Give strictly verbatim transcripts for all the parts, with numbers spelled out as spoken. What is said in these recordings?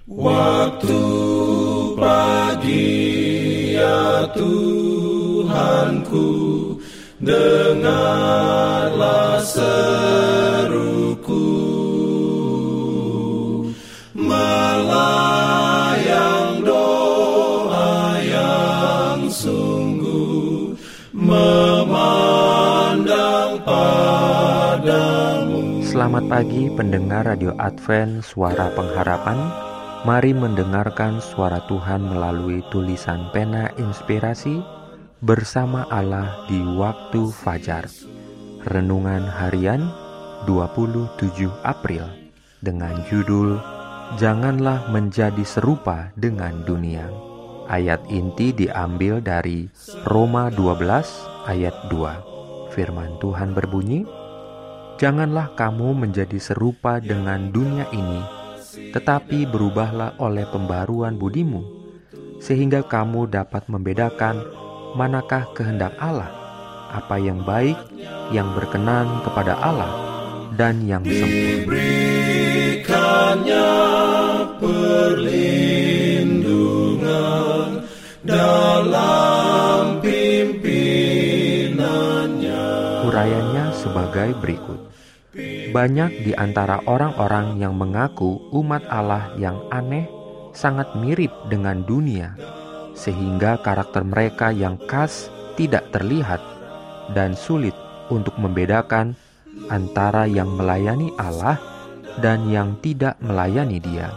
Waktu pagi ya Tuhanku, dengarlah seruku, melayang doa yang sungguh, memandang padamu. Selamat pagi pendengar Radio Advent Suara Pengharapan. Mari mendengarkan suara Tuhan melalui tulisan pena inspirasi bersama Allah di waktu fajar. Renungan harian dua puluh tujuh April dengan judul Janganlah menjadi serupa dengan dunia. Ayat inti diambil dari Roma dua belas ayat dua. Firman Tuhan berbunyi, Janganlah kamu menjadi serupa dengan dunia ini, tetapi berubahlah oleh pembaruan budimu, sehingga kamu dapat membedakan manakah kehendak Allah, apa yang baik, yang berkenan kepada Allah, dan yang sempurna. Diberikannya perlindungan dalam pimpinannya. Urayanya sebagai berikut. Banyak di antara orang-orang yang mengaku umat Allah yang aneh sangat mirip dengan dunia, sehingga karakter mereka yang khas tidak terlihat dan sulit untuk membedakan antara yang melayani Allah dan yang tidak melayani Dia.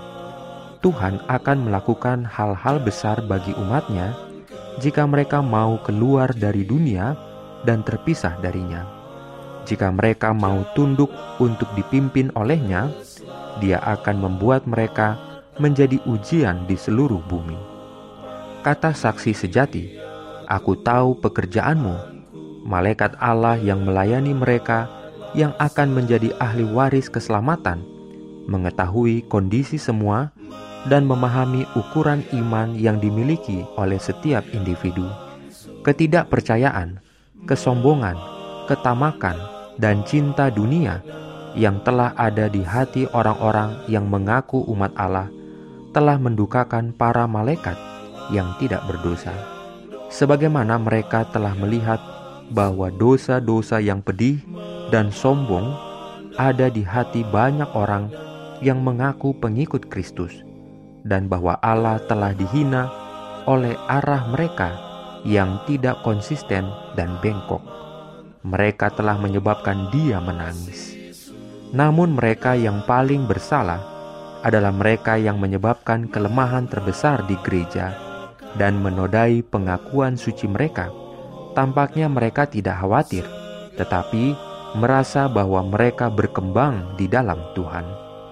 Tuhan akan melakukan hal-hal besar bagi umatnya jika mereka mau keluar dari dunia dan terpisah darinya. Jika mereka mau tunduk untuk dipimpin olehnya, Dia akan membuat mereka menjadi ujian di seluruh bumi. Kata saksi sejati, "Aku tahu pekerjaanmu," malaikat Allah yang melayani mereka yang akan menjadi ahli waris keselamatan, mengetahui kondisi semua dan memahami ukuran iman yang dimiliki oleh setiap individu. Ketidakpercayaan, kesombongan, ketamakan, dan cinta dunia yang telah ada di hati orang-orang yang mengaku umat Allah telah mendukakan para malaikat yang tidak berdosa. Sebagaimana mereka telah melihat bahwa dosa-dosa yang pedih dan sombong ada di hati banyak orang yang mengaku pengikut Kristus, dan bahwa Allah telah dihina oleh arah mereka yang tidak konsisten dan bengkok. Mereka telah menyebabkan Dia menangis. Namun mereka yang paling bersalah adalah mereka yang menyebabkan kelemahan terbesar di gereja dan menodai pengakuan suci mereka. Tampaknya mereka tidak khawatir, tetapi merasa bahwa mereka berkembang di dalam Tuhan.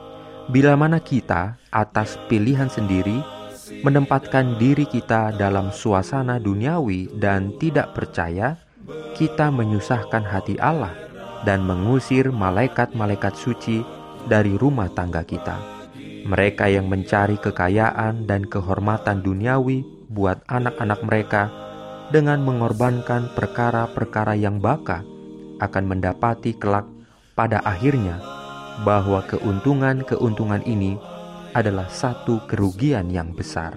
Bila mana kita atas pilihan sendiri menempatkan diri kita dalam suasana duniawi dan tidak percaya, kita menyusahkan hati Allah dan mengusir malaikat-malaikat suci dari rumah tangga kita. Mereka yang mencari kekayaan dan kehormatan duniawi buat anak-anak mereka dengan mengorbankan perkara-perkara yang baka akan mendapati kelak pada akhirnya bahwa keuntungan-keuntungan ini adalah satu kerugian yang besar.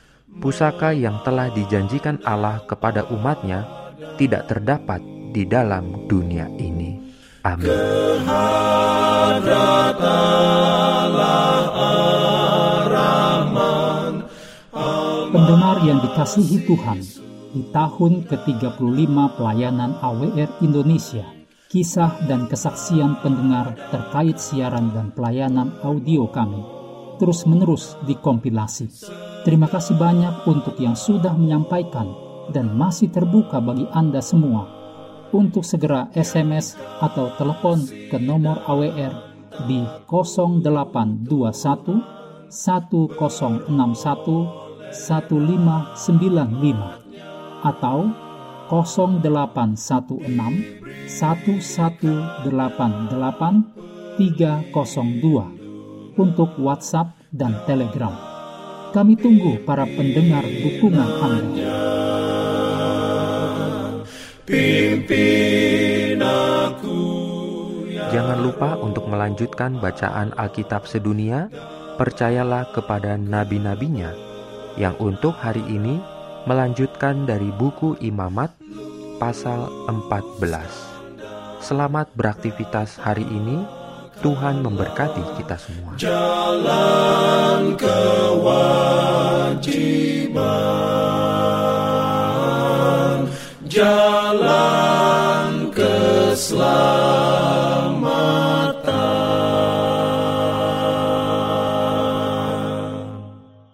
Pusaka yang telah dijanjikan Allah kepada umatnya tidak terdapat di dalam dunia ini. Amin. Pendengar yang dikasihi Tuhan, di tahun ke tiga puluh lima pelayanan A W R Indonesia, kisah dan kesaksian pendengar terkait siaran dan pelayanan audio kami terus-menerus dikompilasi. Terima kasih banyak untuk yang sudah menyampaikan dan masih terbuka bagi Anda semua untuk segera S M S atau telepon ke nomor A W R di nol delapan dua satu satu nol enam satu satu lima sembilan lima atau nol delapan satu enam satu satu delapan delapan tiga nol dua untuk WhatsApp dan Telegram. Kami tunggu para pendengar dukungan Anda. Pimpin aku. Jangan lupa untuk melanjutkan bacaan Alkitab sedunia. percayalah kepada nabi-nabinya yang untuk hari ini melanjutkan dari buku Imamat pasal empat belas. Selamat beraktivitas hari ini. Tuhan memberkati kita semua. Jalan kewajiban, jalan keselamatan.